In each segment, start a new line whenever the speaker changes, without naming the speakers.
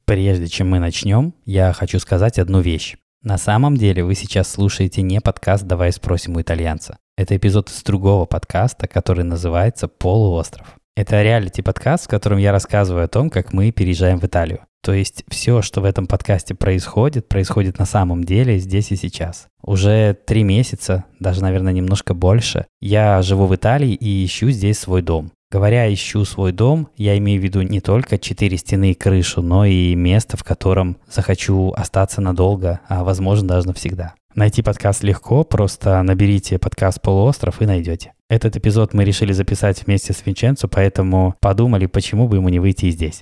Прежде чем мы начнем, я хочу сказать одну вещь. На самом деле вы сейчас слушаете не подкаст «Давай спросим у итальянца». Это эпизод из другого подкаста, который называется «Полуостров». Это реалити-подкаст, в котором я рассказываю о том, как мы переезжаем в Италию. То есть все, что в этом подкасте происходит на самом деле здесь и сейчас. Уже 3 месяца, даже, наверное, немножко больше, я живу в Италии и ищу здесь свой дом. Говоря «ищу свой дом», я имею в виду не только 4 стены и крышу, но и место, в котором захочу остаться надолго, а возможно даже навсегда. Найти подкаст легко, просто наберите подкаст «Полуостров» и найдете. Этот эпизод мы решили записать вместе с Винченцо, поэтому подумали, почему бы ему не выйти и здесь.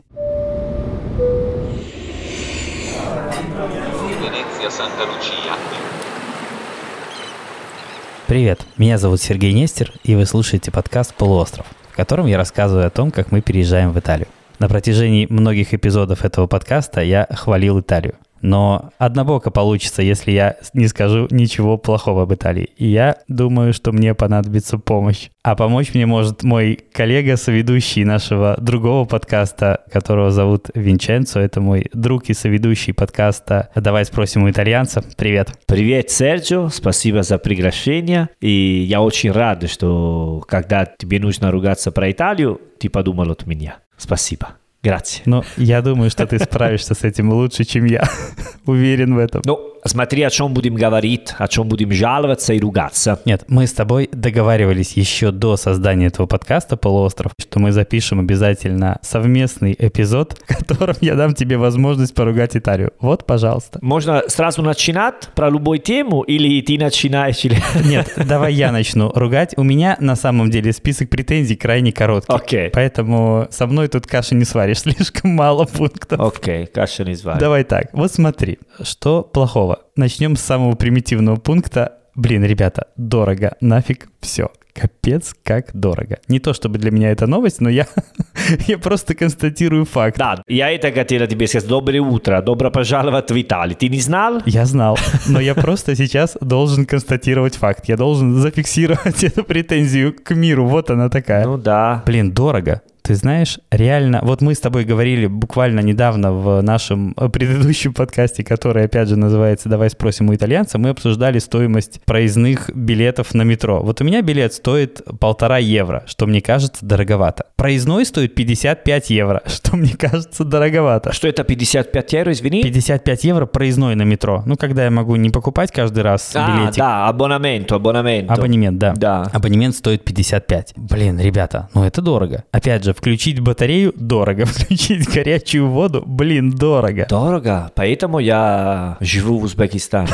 Привет, меня зовут Сергей Нестер, и вы слушаете подкаст «Полуостров», в котором я рассказываю о том, как мы переезжаем в Италию. На протяжении многих эпизодов этого подкаста я хвалил Италию. Но однобоко получится, если я не скажу ничего плохого об Италии. И я думаю, что мне понадобится помощь. А помочь мне может мой коллега, соведущий нашего другого подкаста, которого зовут Винченцо. Это мой друг и соведущий подкаста «Давай спросим у итальянца». Привет.
Привет, Серджио. Спасибо за приглашение. И я очень рад, что когда тебе нужно ругаться про Италию, ты подумал от меня. Спасибо. Grazie.
Ну, я думаю, что ты справишься с этим лучше, чем я. Уверен в этом.
Ну, смотри, о чем будем говорить, о чем будем жаловаться и ругаться.
Нет, мы с тобой договаривались еще до создания этого подкаста «Полуостров», что мы запишем обязательно совместный эпизод, в котором я дам тебе возможность поругать Италию. Вот, пожалуйста.
Можно сразу начинать про любую тему или ты начинаешь? Или...
Нет, давай я начну ругать. У меня на самом деле список претензий крайне короткий.
Окей.
Поэтому со мной тут каши не сваришь. Слишком мало пунктов.
Окей, каша не сваришь.
Давай так, вот смотри, что плохого. Начнем с самого примитивного пункта. Блин, ребята, дорого, нафиг все. Капец, как дорого. Не то, чтобы для меня это новость, но я просто констатирую факт.
Да, я это хотела тебе сказать. Доброе утро, добро пожаловать в Италию. Ты не знал?
Я знал, но я просто сейчас должен констатировать факт. Я должен зафиксировать эту претензию к миру. Вот она такая.
Ну да.
Блин, дорого. Ты знаешь, реально, вот мы с тобой говорили буквально недавно в нашем предыдущем подкасте, который, опять же, называется «Давай спросим у итальянца», мы обсуждали стоимость проездных билетов на метро. Вот у меня билет стоит 1,5 евро, что мне кажется дороговато. Проездной стоит 55 евро, что мне кажется дороговато.
Что это 55 евро, извини?
55 евро проездной на метро. Ну, когда я могу не покупать каждый раз билетик.
Да, абонемент.
Абонемент, да. Абонемент стоит 55. Блин, ребята, ну это дорого. Опять же, включить батарею – дорого. Включить горячую воду – блин, дорого.
Дорого? Поэтому я живу в Узбекистане.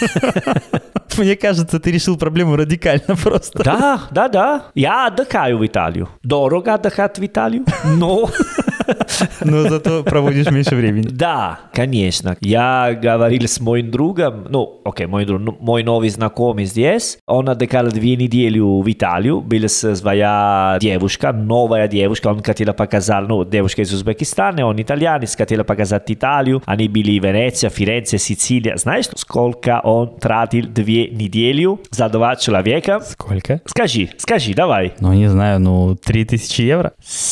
Мне кажется, ты решил проблему радикально просто.
Да. Я отдыхаю в Италию. Дорого отдыхать в Италию, но
зато проводишь меньше времени.
Да, конечно. Я говорил с моим другом, мой новый знакомый здесь. Он отдыхал 2 недели в Италию. Была своя девушка, новая девушка. Он хотел показать, девушка из Узбекистана, он итальянец, хотел показать Италию. Они были в Венеции, Ференце, Сицилия. Знаешь, сколько он тратил 2 недели за 2 человека?
Сколько?
Скажи, давай.
Не знаю, 3000 евро?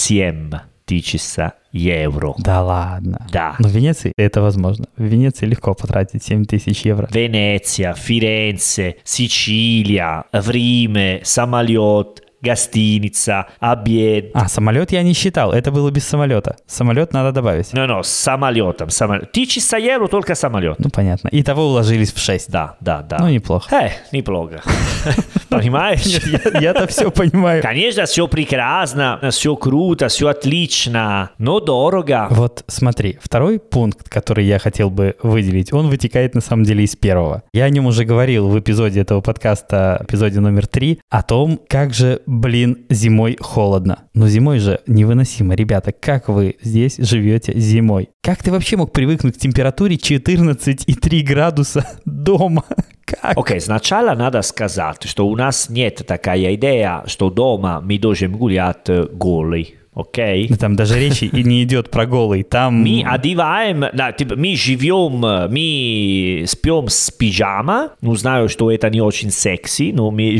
7000 евро.
Да ладно.
Да.
Но в Венеции это возможно. В Венеции легко потратить 7000 евро.
Венеция, Ференце, Сицилия, в Риме, самолет, гостиница, обед.
Самолет я не считал, это было без самолета. Самолет надо добавить.
С самолетом. 1000 евро только самолет.
Понятно. Итого уложились в 6.
Да.
Неплохо.
Неплохо. Понимаешь?
Нет, я-то все понимаю.
Конечно, все прекрасно, все круто, все отлично, но дорого.
Вот смотри, второй пункт, который я хотел бы выделить, он вытекает на самом деле из первого. Я о нем уже говорил в эпизоде этого подкаста, эпизоде номер 3, о том, как же, зимой холодно. Но зимой же невыносимо. Ребята, как вы здесь живете зимой? Как ты вообще мог привыкнуть к температуре 14,3 градуса дома? Как?
Окей, сначала надо сказать, что у нас нет такая идея, что дома мы должны гулять голый. окей?
Ну, там даже речи и не идет про голый. Там...
Мы одеваем, да, типа, мы живем, мы спим с пижама. Ну, знаю, что это не очень секси, но мы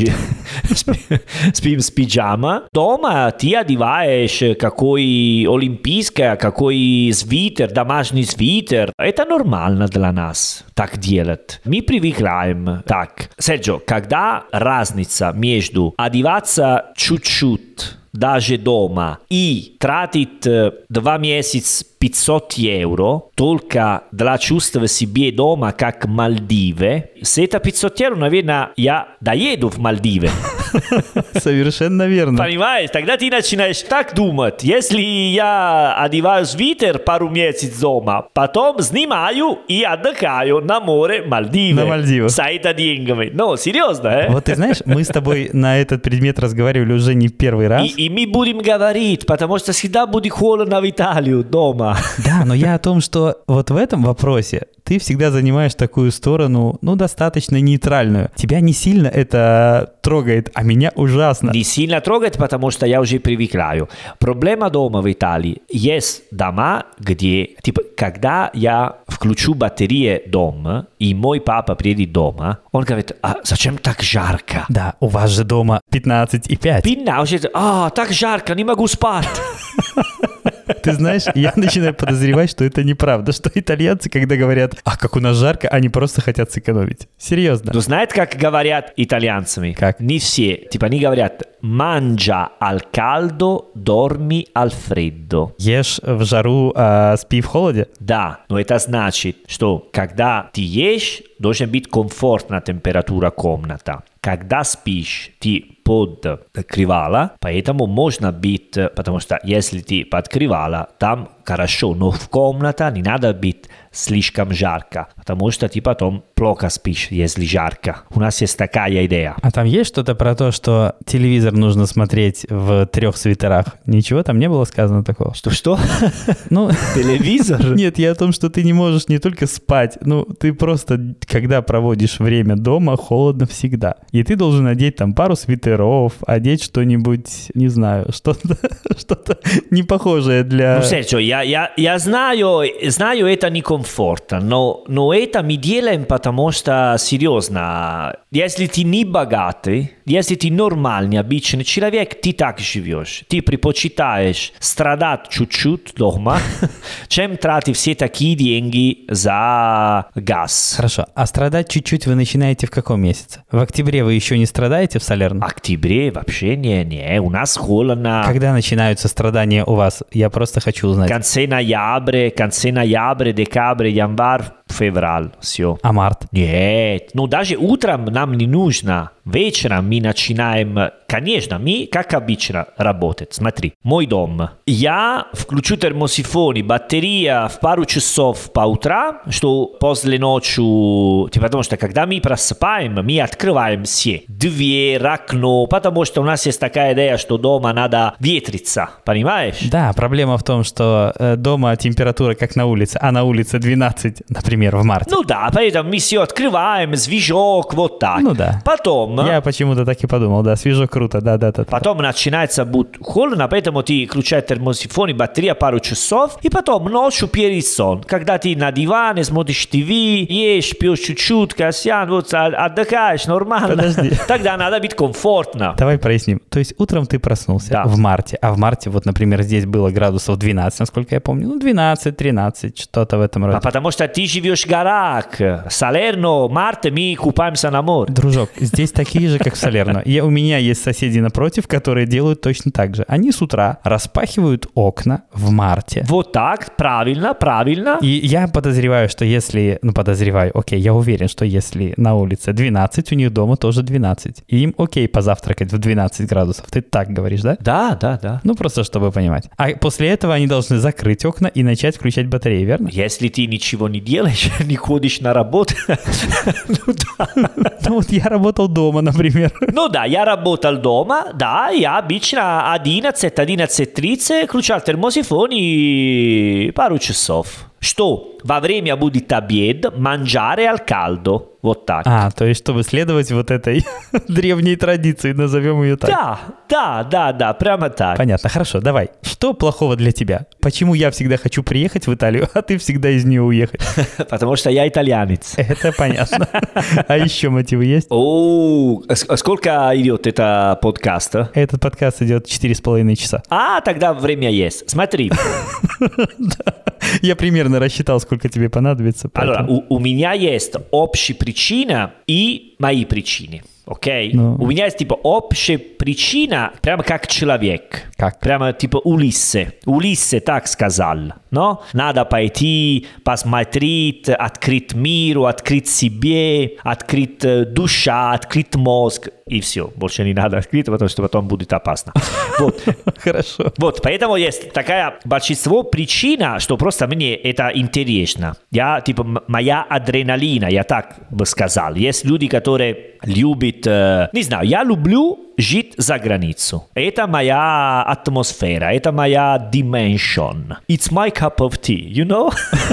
спим с пижама. Дома ты одеваешь какой олимпийский, какой свитер, домашний свитер. Это нормально для нас так делать. Мы привыкаем так. Серджио, когда разница между одеваться чуть-чуть даже дома и тратить 2 месяца 500 евро только для чувствовать себя дома как Мальдивы, с это 500 евро, наверное, я доеду в Мальдивы.
Совершенно верно.
Понимаешь? Тогда ты начинаешь так думать. Если я одеваю свитер пару месяцев дома, потом снимаю и отдыхаю на море Мальдивы.
На Мальдивах.
С это деньгами. Ну, серьезно,
Вот ты знаешь, мы с тобой на этот предмет разговаривали уже не в первый раз.
И мы будем говорить, потому что всегда будет холодно в Италию дома.
Да, но я о том, что вот в этом вопросе ты всегда занимаешь такую сторону, ну, достаточно нейтральную. Тебя не сильно это трогает, а меня ужасно.
Не сильно трогает, потому что я уже привыкаю. Проблема дома в Италии. Есть дома, где, типа, когда я включу батареи дома, и мой папа приедет дома, он говорит, а зачем так жарко?
Да, у вас же дома 15,5.
15, так жарко, не могу спать.
Ты знаешь, я начинаю подозревать, что это неправда, что итальянцы, когда говорят, как у нас жарко, они просто хотят сэкономить. Серьезно.
Ну, знаете, как говорят итальянцами?
Как?
Не все. Типа, они говорят, mangia al caldo, dormi al freddo.
Ешь в жару, а спи в холоде?
Да, но это значит, что когда ты ешь, должна быть комфортная температура комната. Когда спишь, ты подкрывала, поэтому можно быть, потому что если ты подкрывала, там хорошо, но в комнате не надо быть слишком жарко, потому что ты потом плохо спишь, если жарко. У нас есть такая идея.
А там есть что-то про то, что телевизор нужно смотреть в 3 свитерах? Ничего там не было сказано такого?
Что?
Ну,
Телевизор?
Нет, я о том, что ты не можешь не только спать, ну, ты просто, когда проводишь время дома, холодно всегда. И ты должен одеть там пару свитеров, одеть что-нибудь, не знаю, что-то не похожее для...
Ну, Серджио, я знаю, это некомфортно, но это мы делаем, потому что, серьезно, если ты не богатый, если ты нормальный, обычный человек, ты так живешь. Ты предпочитаешь страдать чуть-чуть дома, чем тратить все такие деньги за газ.
Хорошо, а страдать чуть-чуть вы начинаете в каком месяце? В октябре вы еще не страдаете в Салерно?
В октябре вообще не, у нас холодно.
Когда начинаются страдания у вас? Я просто хочу узнать.
Конце ноября, декабрь, январь, февраль, все.
А март?
Нет, ну даже утром нам не нужно. Вечером мы начинаем, конечно, мы, как обычно, работать. Смотри, мой дом. Я включу термосифон, батарея в пару часов по утрам, что после ночи, потому что когда мы просыпаем, мы открываем все. Дверь, окно, потому что у нас есть такая идея, что дома надо ветриться, понимаешь?
Да, проблема в том, что дома температура как на улице, а на улице 12, например, в марте.
Ну да, поэтому мы все открываем, свежок, вот так.
Ну да.
Потом...
Я почему-то так и подумал, да, свежо, круто, да.
Потом начинается будет холодно, поэтому ты включаешь термосифон и батарея пару часов, и потом ночью перед сон, когда ты на диване смотришь ТВ, ешь, пьешь чуть-чуть, косян, вот отдыхаешь нормально.
Подожди.
Тогда надо быть комфортно.
Давай проясним. То есть утром ты проснулся
Да.
в марте, а в марте, вот, например, здесь было градусов 12, насколько я помню, ну, 12, 13, что-то в этом роде.
А потому что ты живешь в горах. Салерно, март, мы купаемся на море.
Дружок, здесь такие же, как в Салерно. У меня есть соседи напротив, которые делают точно так же. Они с утра распахивают окна в марте.
Вот так, правильно.
И я подозреваю, что если... Ну, я уверен, что если на улице 12, у них дома тоже 12. И им окей позавтракать в 12 градусов. Ты так говоришь, да?
Да.
Ну, просто чтобы понимать. А после этого они должны закрыть окна и начать включать батареи, верно?
Если ты ничего не делаешь, не ходишь на работу, ну да.
Ну, вот я работал дома, например.
Ну да, я работал дома, да, я обычно 11:30 включал термосифон и пару часов. Что? во время будет обед mangiare al caldo. Вот так.
То есть, чтобы следовать вот этой древней традиции, назовем ее так.
Да, прямо так.
Понятно, хорошо, давай. Что плохого для тебя? Почему я всегда хочу приехать в Италию, а ты всегда из нее уехать?
Потому что я итальянец.
Это понятно. А еще мотивы есть?
Сколько идет это подкаст?
Этот подкаст идет 4,5 часа.
Тогда время есть. Смотри.
Я примерно рассчитал, сколько тебе понадобится.
У меня есть общая причина и мои причины. Окей? У меня есть типа общая причина, прямо как человек.
Как?
Прямо типа Улиссе. Улиссе так сказал. Но надо пойти, посмотреть, открыть миру, открыть себе, открыть душа, открыть мозг. И все. Больше не надо открыть, потому что потом будет опасно. Вот.
Хорошо.
Вот, поэтому есть такая большинство причина, что просто мне это интересно. Моя адреналина, я так бы сказал. Есть люди, которые любят, не знаю, я люблю жить за границу. Это моя атмосфера, это моя dimension. It's my cup of tea, you know?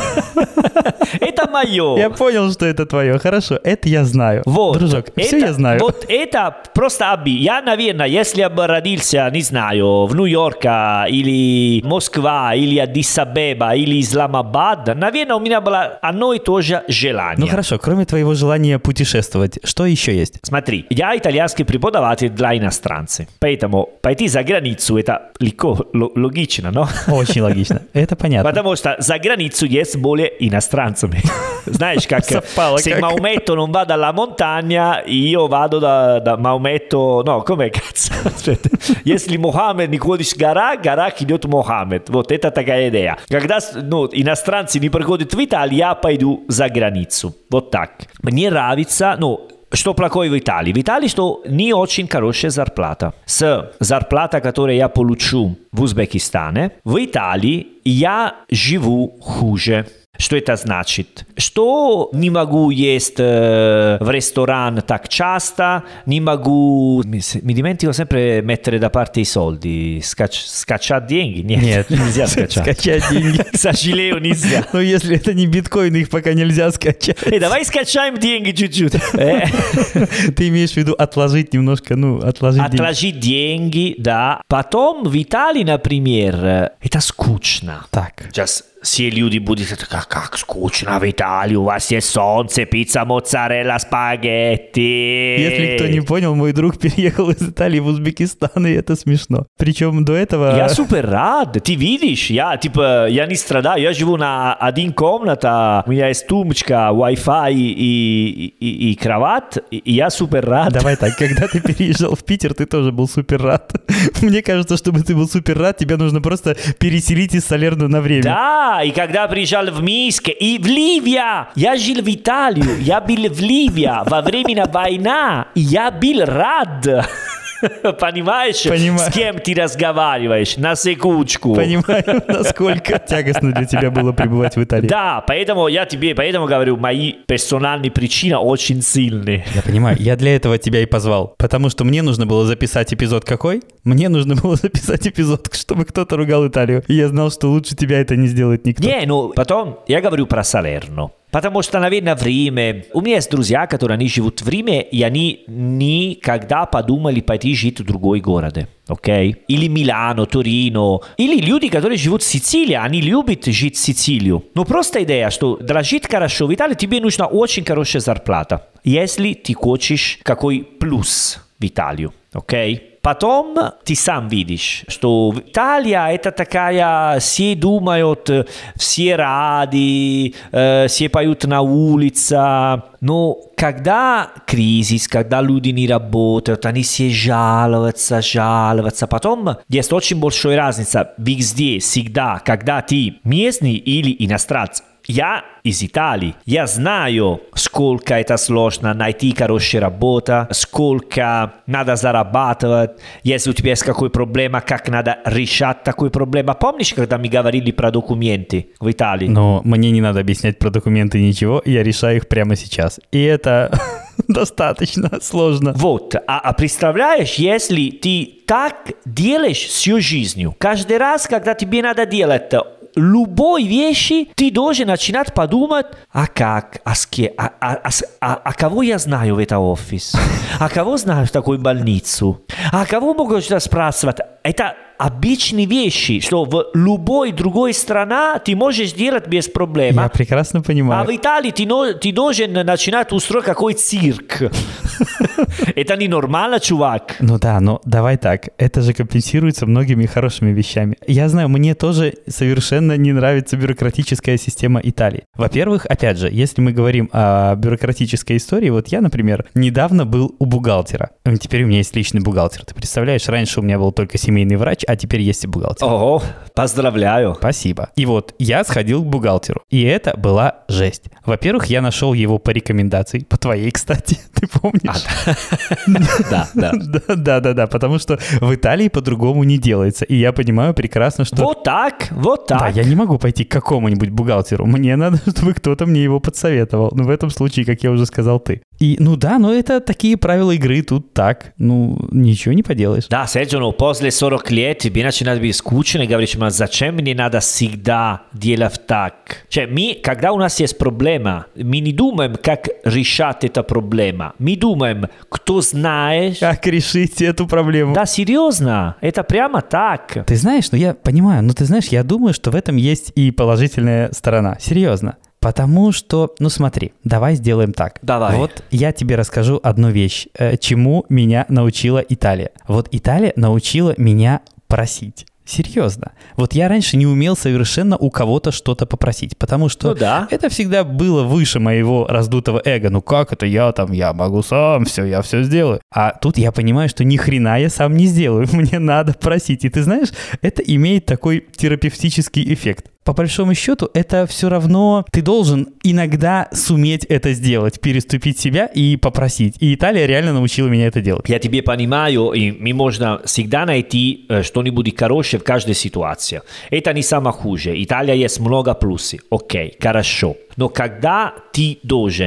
Это мое.
Я понял, что это твое. Хорошо, это я знаю.
Вот.
Дружок, все я знаю.
Вот это просто я, наверное, если бы родился, не знаю, в Нью-Йорке, или Москва, или Аддис-Абеба, или Исламабад, наверное, у меня было одно и то же желание.
Ну хорошо, кроме твоего желания путешествовать, что еще есть?
Смотри, я итальянский преподаватель для иностранцев, поэтому пойти за границу это легко, логично, но?
Очень логично, это понятно.
Потому что за границу есть более иностранцами. Знаешь, как se Maometto non va dalla montagna, io vado da Maometto, no, come cazzo? Если Мухаммед не ходит в горах идет Мухаммед. Вот это такая идея. Когда иностранцы не приходят в Италию, я пойду за границу. Вот так. Мне нравится, что плохое в Италии? В Италии, что не очень хорошая зарплата. С зарплатой, которую я получу в Узбекистане, в Италии я живу хуже. Что это значит? Что не могу есть в ресторан так часто, не могу... Mi dimentico sempre mettere da parte i soldi. Скачать деньги?
Нет,
нельзя скачать.
Скачать деньги.
К сожалению, нельзя.
Но если это не биткоин, их пока нельзя скачать.
Давай скачаем деньги чуть-чуть.
Ты имеешь в виду отложить немножко, отложить деньги.
Отложить деньги, да. Потом в Италии, например, это скучно.
Так.
Сейчас все люди будут сказать, как скучно в Италии, у вас есть солнце, пицца, моцарелла, спагетти.
Если кто не понял, мой друг переехал из Италии в Узбекистан, и это смешно. Причем до этого...
Я супер рад, ты видишь, я не страдаю, я живу на один комната, у меня есть тумбочка, Wi-Fi и кровать, и я супер рад.
Давай так, когда ты переезжал в Питер, ты тоже был супер рад. Мне кажется, чтобы ты был супер рад, тебе нужно просто переселить из Салерно на время.
Да, и когда приезжал в Минск, и в Ливию, я жил в Италии, я был в Ливии во время войны, и я был рад. Понимаешь, с кем ты разговариваешь? На секундочку.
Понимаю, насколько тягостно для тебя было пребывать в Италии.
Да, поэтому я тебе говорю, мои персональные причины очень сильные.
Я понимаю, я для этого тебя и позвал. Потому что мне нужно было записать эпизод какой? Мне нужно было записать эпизод, чтобы кто-то ругал Италию. И я знал, что лучше тебя это не сделает никто.
Потом я говорю про Салерно. Потому что, наверное, в Риме... У меня есть друзья, которые они живут в Риме, и они никогда подумали пойти жить в другой город. Окей? Или Милано, Торино. Или люди, которые живут в Сицилии, они любят жить в Сицилию. Но просто идея, что для жить хорошо в Италии тебе нужна очень хорошая зарплата. Если ты хочешь какой плюс в Италию. Окей? Потом ты сам видишь, что Италия это такая, все думают, все рады, все поют на улице. Но когда кризис, когда люди не работают, они все жалуются. Потом есть очень большая разница везде, всегда, когда ты местный или иностранец. Я из Италии. Я знаю, сколько это сложно найти хорошую работу, сколько надо зарабатывать, если у тебя есть какая проблема, как надо решать такую проблему. Помнишь, когда мы говорили про документы в Италии?
Но мне не надо объяснять про документы ничего, я решаю их прямо сейчас. И это достаточно сложно.
Вот. А представляешь, если ты так делаешь всю жизнь, каждый раз, когда тебе надо делать любой вещи ты должен начинать подумать, а как, а кого я знаю в этом офисе, а кого знаю в такой больницу, а кого могу спрашивать. Это обычные вещи, что в любой другой стране ты можешь делать без проблем.
Я прекрасно понимаю.
А в Италии ты должен начинать устроить какой цирк. Это ненормально, чувак.
Ну да, но давай так. Это же компенсируется многими хорошими вещами. Я знаю, мне тоже совершенно не нравится бюрократическая система Италии. Во-первых, опять же, если мы говорим о бюрократической истории, вот я, например, недавно был у бухгалтера. Теперь у меня есть личный бухгалтер. Ты представляешь, раньше у меня был только семейный врач, а теперь есть и бухгалтер.
Ого, поздравляю.
Спасибо. И вот я сходил к бухгалтеру, и это была жесть. Во-первых, я нашел его по рекомендации, по твоей, кстати, ты помнишь? Да, потому что в Италии по-другому не делается, и я понимаю прекрасно, что...
Вот так. Да,
я не могу пойти к какому-нибудь бухгалтеру, мне надо, чтобы кто-то мне его подсоветовал. Ну, в этом случае, как я уже сказал, ты. И, ну да, но это такие правила игры, тут так, ну, ничего не поделаешь.
Да, Серджо, но после 40 лет тебе начинает быть скучно и говоришь, а зачем мне надо всегда делать так? Когда у нас есть проблема, мы не думаем, как решать эту проблему. Мы думаем, кто знает...
Как решить эту проблему.
Да, серьезно, это прямо так.
Ты знаешь, я понимаю, но ты знаешь, я думаю, что в этом есть и положительная сторона. Серьезно. Потому что, смотри, давай сделаем так.
Давай.
Вот я тебе расскажу одну вещь, чему меня научила Италия. Вот Италия научила меня просить. Серьезно. Вот я раньше не умел совершенно у кого-то что-то попросить, потому что это всегда было выше моего раздутого эго. Ну как это я могу сам, я все сделаю. А тут я понимаю, что ни хрена я сам не сделаю, мне надо просить. И ты знаешь, это имеет такой терапевтический эффект. По большому счету, это все равно ты должен иногда суметь это сделать, переступить себя и попросить. И Италия реально научила меня это делать.
Я тебя понимаю, и мы можно всегда найти что-нибудь хорошее в каждой ситуации. Это не самое хуже. Италия есть много плюсов. Окей, хорошо. Но когда ты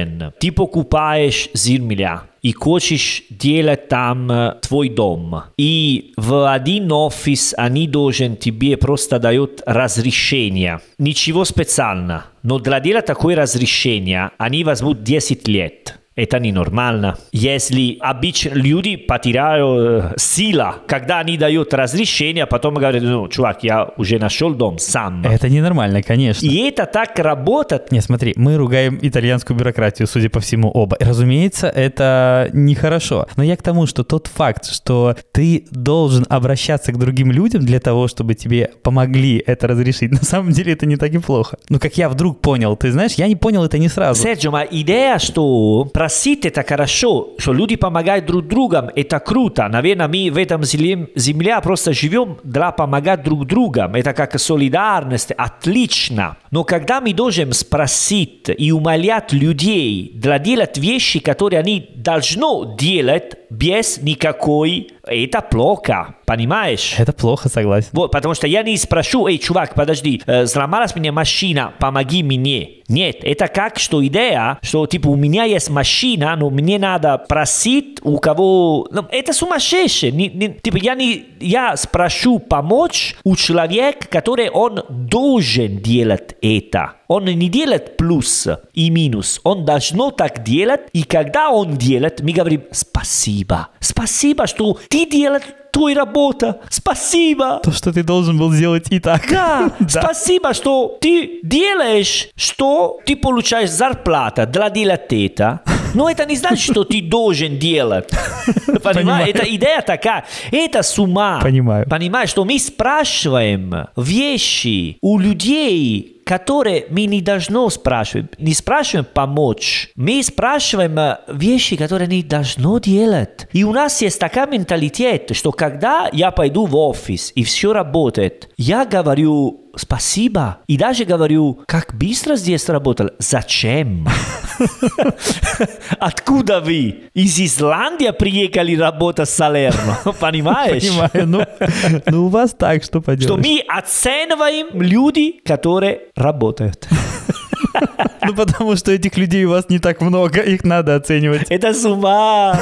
покупаешь земля, и хочешь делать там твой дом, и в один офис они должны тебе просто дают разрешение. Ничего специального, но для делать такое разрешение они возьмут 10 лет. Это ненормально. Если обычно люди потеряют силу, когда они дают разрешение, а потом говорят, чувак, я уже нашел дом сам.
Это ненормально, конечно.
И это так работает.
Не, смотри, мы ругаем итальянскую бюрократию, судя по всему, оба. Разумеется, это нехорошо. Но я к тому, что тот факт, что ты должен обращаться к другим людям для того, чтобы тебе помогли это разрешить, на самом деле это не так и плохо. Ну, как я вдруг понял, ты знаешь, я не понял это не сразу.
Серджо, идея, что просить это хорошо, что люди помогают друг другу, это круто. Наверное, мы в этом земле просто живем для помогать друг другу. Это как солидарность, отлично. Но когда мы должны спросить и умолять людей для делать вещи, которые они должны делать без никакой, это плохо, понимаешь?
Это плохо, согласен.
Вот, потому что я не спрошу, чувак, подожди, сломалась мне машина, помоги мне. Нет, это как, что идея, что типа у меня есть машина, но мне надо просить у кого... это сумасшедшее. Я спрошу помочь у человека, который он должен делать это. Он не делает плюс и минус. Он должен так делать. И когда он делает, мы говорим спасибо. Спасибо, что ты делаешь твою работу. Спасибо.
То, что ты должен был сделать и так.
Да. Спасибо, что ты делаешь, что ты получаешь зарплату для делать это. Но это не значит, что ты должен делать. Понимаешь? Это идея такая. Это с ума.
Понимаю.
Понимаешь, что мы спрашиваем вещи у людей, которые мы не должны спрашивать. Не спрашиваем помочь. Мы спрашиваем вещи, которые не должны делать. И у нас есть такая менталитет, что когда я пойду в офис и все работает, я говорю спасибо. И даже говорю, как быстро здесь работал. Зачем? Откуда вы? Из Исландии приехали работать в Салерно. Понимаешь?
Понимаю. Ну, у вас так, что поделаешь.
Что мы оцениваем людей, которые работают.
Ну, потому что этих людей у вас не так много, их надо оценивать.
Это с ума.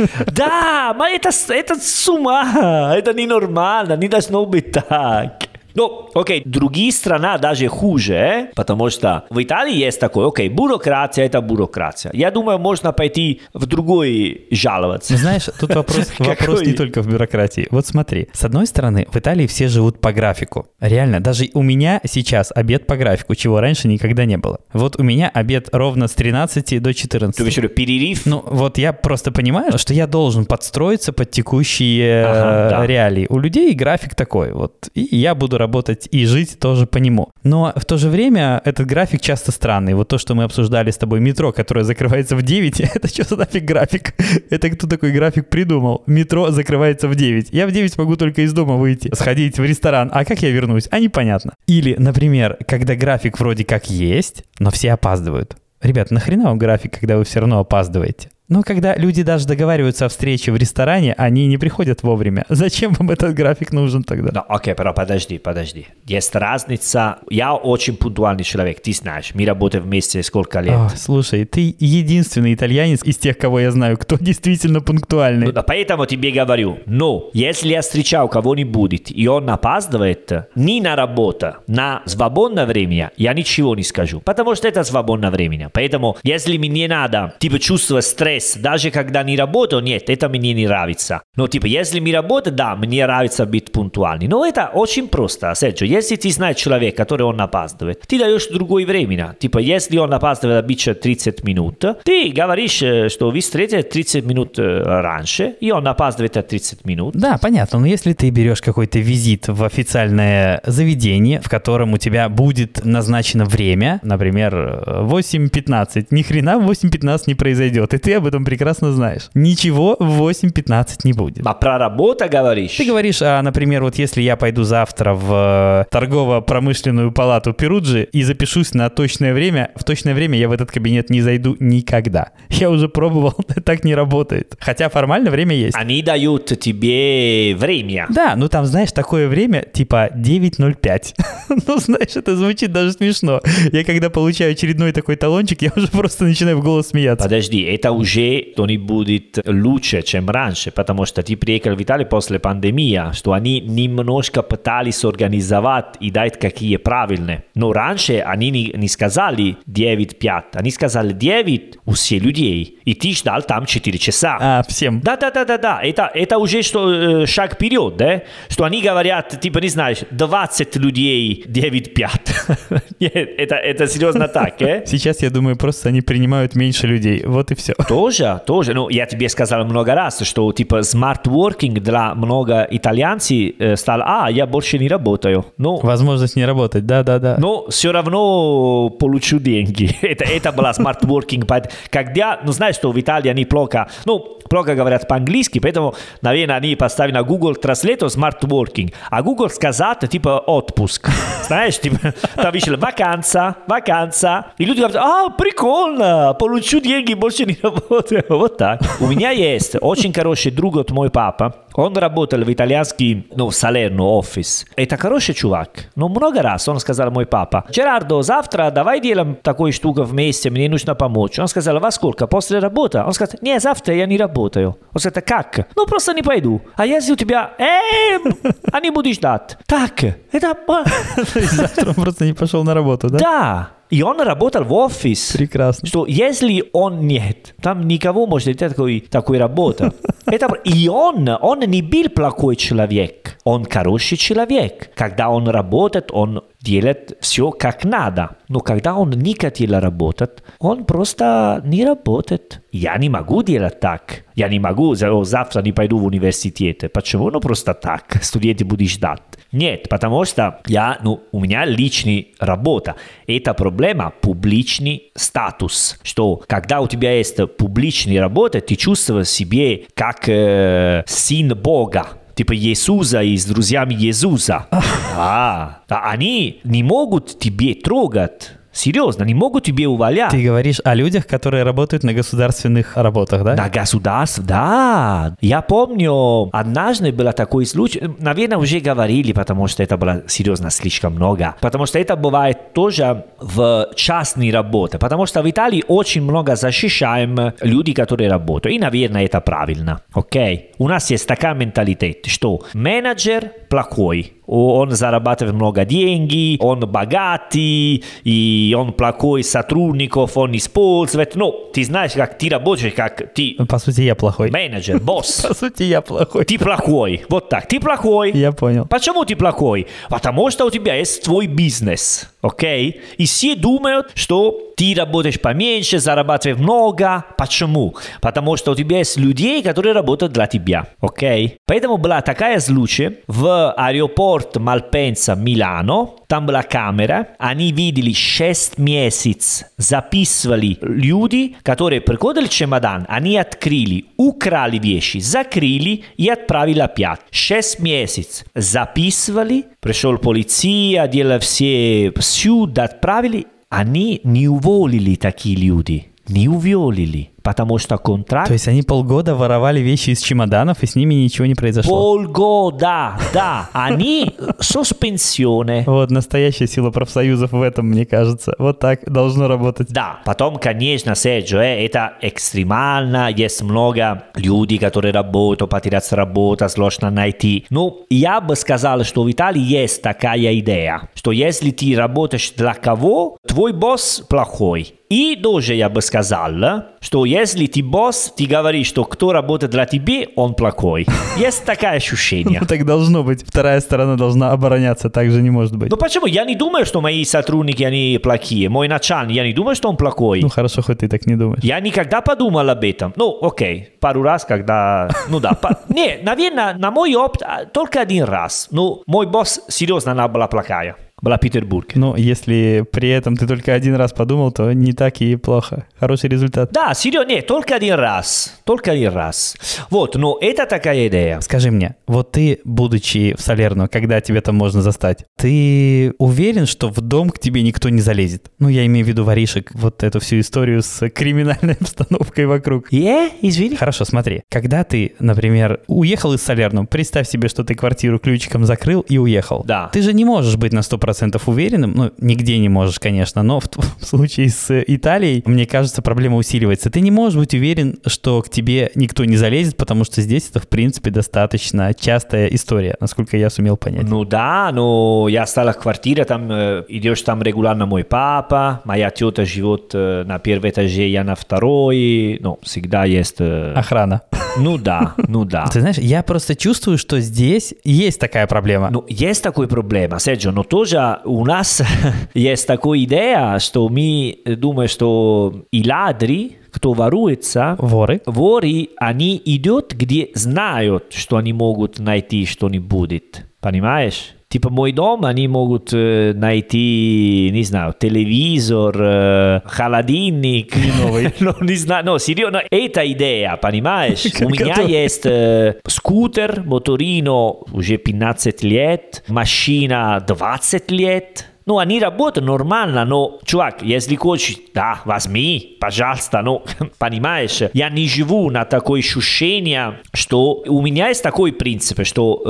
Да, это с ума. Это ненормально, не должно быть так. Ну, окей, другие страны даже хуже, потому что в Италии есть такое, окей, бюрократия – это бюрократия. Я думаю, можно пойти в другой жаловаться.
Знаешь, тут вопрос не только в бюрократии. Вот смотри, с одной стороны, в Италии все живут по графику. Реально, даже у меня сейчас обед по графику, чего раньше никогда не было. Вот у меня обед ровно с 13 до 14.
Ты имеешь в виду перерыв?
Ну, вот я просто понимаю, что я должен подстроиться под текущие реалии. У людей график такой вот. И я буду работать и жить тоже по нему. Но в то же время этот график часто странный. Вот то, что мы обсуждали с тобой, метро, которое закрывается в 9, это что за нафиг график? Это кто такой график придумал? Метро закрывается в 9. Я в 9 могу только из дома выйти, сходить в ресторан. А как я вернусь? А непонятно. Или, например, когда график вроде как есть, но все опаздывают. Ребят, нахрена вам график, когда вы все равно опаздываете? Но когда люди даже договариваются о встрече в ресторане, они не приходят вовремя. Зачем вам этот график нужен тогда?
Ну, окей, но подожди. Есть разница. Я очень пунктуальный человек, ты знаешь. Мы работаем вместе сколько лет.
Слушай, ты единственный итальянец из тех, кого я знаю, кто действительно пунктуальный.
Ну, поэтому тебе говорю, но если я встречал кого-нибудь, и он опаздывает не на работу, на свободное время, я ничего не скажу. Потому что это свободное время. Поэтому, если мне надо, чувствовать стресс, даже когда не работаю, нет, это мне не нравится. Но, если мне работа, да, мне нравится быть пунктуальным. Но это очень просто, Серджио. Если ты знаешь человека, который он опаздывает, ты даешь другое время. Если он опаздывает обычно 30 минут, ты говоришь, что вы встретитесь 30 минут раньше, и он опаздывает 30 минут.
Да, понятно. Но если ты берешь какой-то визит в официальное заведение, в котором у тебя будет назначено время, например, 8:15, ни хрена в 8:15 не произойдет, и ты об этом прекрасно знаешь. Ничего в 8:15 не будет.
А про работу говоришь?
Ты говоришь, например, вот если я пойду завтра в торгово-промышленную палату Перуджи и запишусь на точное время, в точное время я в этот кабинет не зайду никогда. Я уже пробовал, так не работает. Хотя формально время есть.
Они дают тебе время.
Да, ну там, знаешь, такое время типа 9:05. Ну, знаешь, это звучит даже смешно. Я когда получаю очередной такой талончик, я уже просто начинаю в голос смеяться.
Подожди, это уже не будет лучше, чем раньше, потому что ты приехал в Италию после пандемии, что они немножко пытались организовать и дать какие правильные. Но раньше они не сказали 9:05, они сказали 9 у всех людей, и ты ждал там 4 часа.
Всем.
Да, это уже шаг вперед, да? Что они говорят, не знаешь, 20 людей 9:05. Нет, это серьезно так,
Сейчас, я думаю, просто они принимают меньше людей, вот и все.
Тоже. Ну, я тебе сказал много раз, что smart working для много итальянцев стал, я больше не работаю.
Возможность не работать, да.
Но все равно получу деньги. это была smart working. Когда, знаешь, что в Италии они плохо говорят по-английски, поэтому, наверное, они поставили на Google Translate smart working. А Google сказал, отпуск. Знаешь, там вышла ваканция. И люди говорят, прикольно, получу деньги, больше не работаю. Вот так. У меня есть очень хороший друг от мой папа. Он работал в итальянский, в Салерно офис. Это хороший чувак. Но много раз он сказал, мой папа, Джерардо, завтра давай делаем такую штуку вместе, мне нужно помочь. Он сказал, во сколько? После работы? Он сказал, нет, завтра я не работаю. Он сказал, как? Просто не пойду. А если у тебя, они будут ждать. Так, это...
Завтра он просто не пошел на работу, да?
Да. И он работал в офис.
Прекрасно.
Что если он нет, там никого может делать такой работу. И он не был плохой человек. Он хороший человек. Когда он работает, он делает все как надо. Но когда он не хотел работать, он просто не работает. Я не могу делать так. Я не могу, завтра не пойду в университет. Почему? Просто так. Студенты будут ждать. Нет, потому что у меня личная работа. Это проблема публичный статус. Что когда у тебя есть публичная работа, ты чувствуешь себя как сын Бога. Иисуса и с друзьями Иисуса. Они не могут тебя трогать. Серьезно, не могут тебе увольнять.
Ты говоришь о людях, которые работают на государственных работах, да?
На государстве, да. Я помню, однажды был такой случай, наверное, уже говорили, потому что это было серьезно слишком много. Потому что это бывает тоже в частной работе. Потому что в Италии очень много защищаем людей, которые работают. И, наверное, это правильно. Окей? У нас есть такая менталитет, что менеджер плохой, он зарабатывает много денег, он богатый, и он плохой сотрудников, он использует. Ну, ты знаешь, как ты работаешь, как ты...
По сути, я плохой.
Менеджер, босс.
По сути, я плохой.
Ты плохой. Вот так. Ты плохой.
Я понял.
Почему ты плохой? Потому что у тебя есть твой бизнес. Окей? И все думают, что ты работаешь поменьше, зарабатываешь много. Почему? Потому что у тебя есть людей, которые работают для тебя. Окей? Поэтому была такая случай в аэропорт Малпенса, Милано. Там была камера. Они видели 6 месяцев. Записывали люди, которые приходили чемодан. Они открыли, украли вещи, закрыли и отправили опять. 6 месяцев. Записывали. Пришел полиция, делали все сюда, отправили. Они не уволили такие люди. Не уволили. Потому что контракт...
То есть они полгода воровали вещи из чемоданов, и с ними ничего не произошло?
Полгода, да. Они суспенсионе.
Вот настоящая сила профсоюзов в этом, мне кажется. Вот так должно работать.
Да, потом, конечно, Серджио, это экстремально. Есть много людей, которые работают, потеряться работу, сложно найти. Ну, я бы сказал, что в Италии есть такая идея, что если ты работаешь для кого, твой босс плохой. И тоже я бы сказал, что если ты босс, ты говоришь, что кто работает для тебя, он плохой. Есть такое ощущение.
Ну, так должно быть. Вторая сторона должна обороняться, так же не может быть.
Ну почему? Я не думаю, что мои сотрудники, они плохие. Мой начальник, я не думаю, что он плохой.
Ну хорошо, хоть ты так не думаешь.
Я никогда подумал об этом. Ну, окей, пару раз, когда... Ну да. Не, наверное, на мой опыт только один раз. Ну, мой босс серьезно, она была плохая. Была Петербург.
Но если при этом ты только один раз подумал, то не так и плохо. Хороший результат.
Да, серьезно, нет, только один раз. Только один раз. Вот, но это такая идея.
Скажи мне, вот ты, будучи в Салерно, когда тебя там можно застать, ты уверен, что в дом к тебе никто не залезет? Ну, я имею в виду воришек, вот эту всю историю с криминальной обстановкой вокруг.
Извини.
Хорошо, смотри. Когда ты, например, уехал из Салерно, представь себе, что ты квартиру ключиком закрыл и уехал.
Да.
Ты же не можешь быть на 100% уверенным, ну, нигде не можешь, конечно, но в случае с Италией, мне кажется, проблема усиливается. Ты не можешь быть уверен, что к тебе никто не залезет, потому что здесь это, в принципе, достаточно частая история, насколько я сумел понять.
Ну да, но я стала в квартире, там идешь там регулярно мой папа, моя тетя живет на первом этаже, я на второй, ну, всегда есть...
Охрана.
Ну да, ну да.
Ты знаешь, я просто чувствую, что здесь есть такая проблема.
Ну, есть такая проблема, Серджио, но тоже у нас есть такая идея, что мы думаем, что и ладри, кто воруется,
воры,
они идут, где знают, что они могут найти что-нибудь. Понимаешь? Типа мой дом, они могут найти, не знаю, телевизор, холодильник.
новый.
Ну, не знаю, no, серьезно, это идея, понимаешь? У меня есть скутер, моторино уже 15 лет, машина 20 лет. Ну, они работают нормально, но, чувак, если хочешь, да, возьми, пожалуйста, ну, понимаешь, я не живу на такое ощущение, что у меня есть такой принцип, что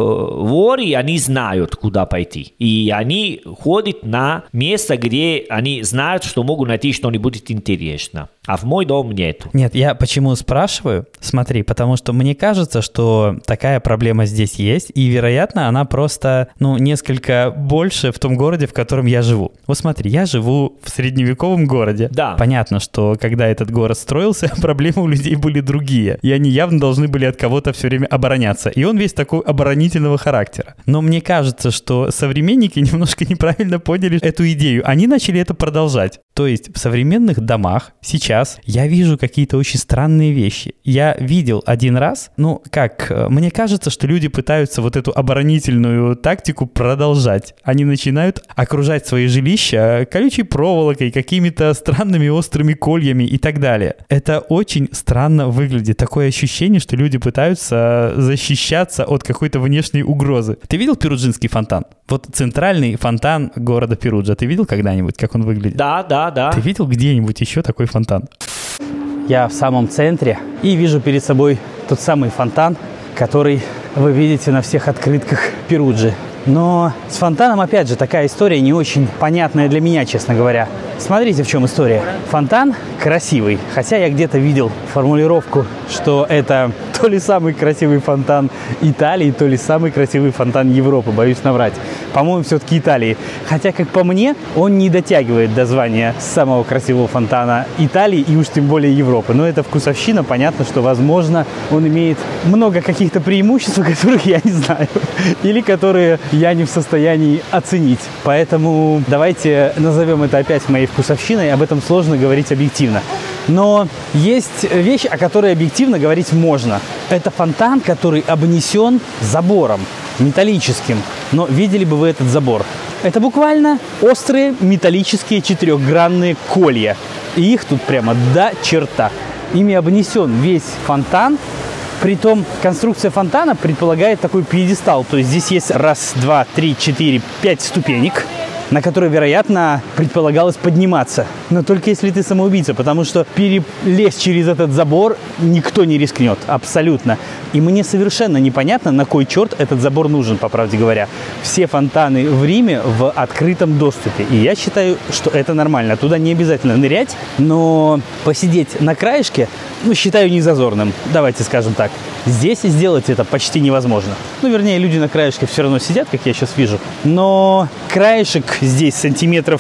воры, они знают, куда пойти, и они ходят на место, где они знают, что могут найти что-нибудь интересное. А в мой дом нет.
Нет, я почему спрашиваю? Смотри, потому что мне кажется, что такая проблема здесь есть, и, вероятно, она просто, ну, несколько больше в том городе, в котором я живу. Вот смотри, я живу в средневековом городе.
Да.
Понятно, что когда этот город строился, проблемы у людей были другие, и они явно должны были от кого-то все время обороняться, и он весь такой оборонительного характера. Но мне кажется, что современники немножко неправильно поняли эту идею. Они начали это продолжать. То есть в современных домах сейчас я вижу какие-то очень странные вещи. Я видел один раз, ну как, мне кажется, что люди пытаются вот эту оборонительную тактику продолжать. Они начинают окружать свои жилища колючей проволокой, какими-то странными острыми кольями и так далее. Это очень странно выглядит. Такое ощущение, что люди пытаются защищаться от какой-то внешней угрозы. Ты видел Перуджинский фонтан? Вот центральный фонтан города Перуджа. Ты видел когда-нибудь, как он выглядит?
Да.
Ты видел где-нибудь еще такой фонтан? Я в самом центре и вижу перед собой тот самый фонтан, который вы видите на всех открытках Перуджи. Но с фонтаном, опять же, такая история не очень понятная для меня, честно говоря. Смотрите, в чем история. Фонтан красивый, хотя я где-то видел формулировку, что это то ли самый красивый фонтан Италии, то ли самый красивый фонтан Европы, боюсь наврать. По-моему, все-таки Италии. Хотя, как по мне, он не дотягивает до звания самого красивого фонтана Италии и уж тем более Европы. Но это вкусовщина, понятно, что, возможно, он имеет много каких-то преимуществ, которых я не знаю, или которые я не в состоянии оценить. Поэтому давайте назовем это опять моей вкусовщиной, об этом сложно говорить объективно. Но есть вещь, о которой объективно говорить можно. Это фонтан, который обнесен забором металлическим. Но видели бы вы этот забор? Это буквально острые металлические четырехгранные колья. И их тут прямо до черта. Ими обнесен весь фонтан. Притом конструкция фонтана предполагает такой пьедестал. То есть здесь есть 1, 2, 3, 4, 5 ступенек, на которые, вероятно, предполагалось подниматься. Но только если ты самоубийца, потому что перелезть через этот забор никто не рискнет. Абсолютно. И мне совершенно непонятно, на кой черт этот забор нужен, по правде говоря. Все фонтаны в Риме в открытом доступе. И я считаю, что это нормально. Туда не обязательно нырять, но посидеть на краешке, считаю незазорным. Давайте скажем так. Здесь сделать это почти невозможно. Вернее, люди на краешке все равно сидят, как я сейчас вижу. Но краешек здесь сантиметров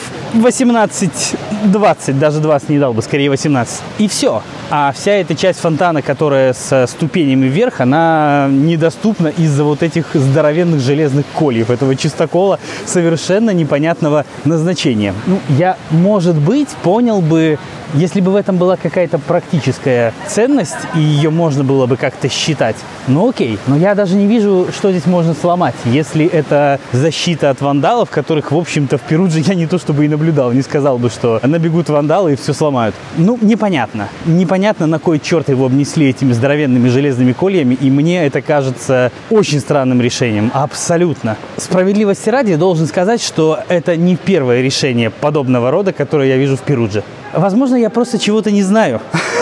18-20, даже 20 не дал бы, скорее 18. И все. А вся эта часть фонтана, которая со ступенями вверх, она недоступна из-за вот этих здоровенных железных кольев, этого чистокола совершенно непонятного назначения. Я, может быть, понял бы, если бы в этом была какая-то практическая ценность, и ее можно было бы как-то считать. Окей, но я даже не вижу, что здесь можно сломать, если это защита от вандалов, которых, в общем-то, в Перудже я не то чтобы и наблюдал, не сказал бы, что набегут вандалы и все сломают. Непонятно. Непонятно, на кой черт его обнесли этими здоровенными железными кольями, и мне это кажется очень странным решением. Абсолютно. Справедливости ради должен сказать, что это не первое решение подобного рода, которое я вижу в Перудже. Возможно, я просто чего-то не знаю.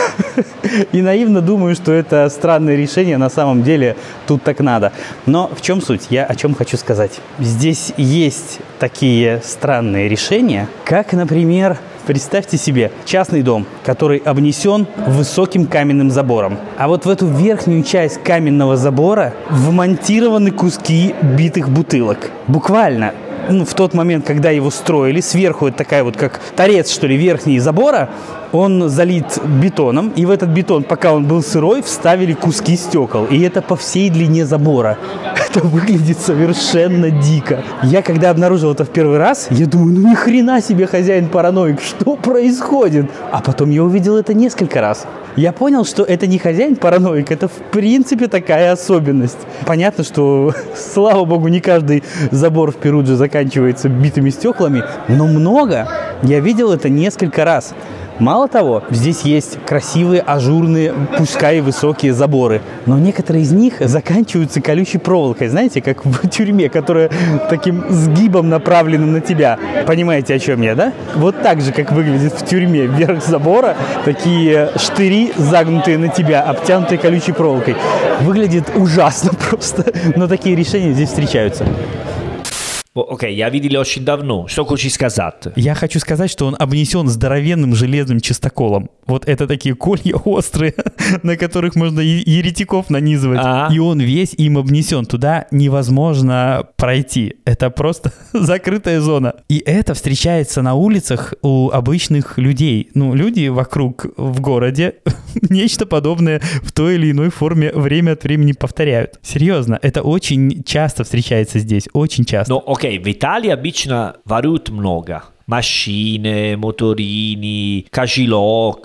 И наивно думаю, что это странное решение, на самом деле тут так надо. Но в чем суть? Я о чем хочу сказать. Здесь есть такие странные решения, как, например, представьте себе частный дом, который обнесен высоким каменным забором. А вот в эту верхнюю часть каменного забора вмонтированы куски битых бутылок. Буквально. В тот момент, когда его строили, сверху это такая вот как торец, что ли, верхний забора, он залит бетоном, и в этот бетон, пока он был сырой, вставили куски стекол. И это по всей длине забора. Это выглядит совершенно дико. Я когда обнаружил это в первый раз, я думаю, ни хрена себе, хозяин-параноик, что происходит? А потом я увидел это несколько раз. Я понял, что это не хозяин-параноик, это в принципе такая особенность. Понятно, что, слава богу, не каждый забор в Перудже заканчивается битыми стеклами, но много. Я видел это несколько раз. Мало того, здесь есть красивые, ажурные, пускай и высокие заборы, но некоторые из них заканчиваются колючей проволокой, знаете, как в тюрьме, которая таким сгибом направлена на тебя. Понимаете, о чем я, да? Вот так же, как выглядит в тюрьме верх забора, такие штыри, загнутые на тебя, обтянутые колючей проволокой. Выглядит ужасно просто, но такие решения здесь встречаются.
Окей, я видел очень давно. Что хочешь сказать?
Я хочу сказать, что он обнесен здоровенным железным чистоколом. Вот это такие колья острые, на которых можно еретиков нанизывать. И он весь им обнесен. Туда невозможно пройти. Это просто закрытая зона. И это встречается на улицах у обычных людей. Люди вокруг в городе нечто подобное в той или иной форме время от времени повторяют. Серьезно, это очень часто встречается здесь. Очень часто.
Окей, в Италии обычно воруют много. Машины, моторини, кошелек,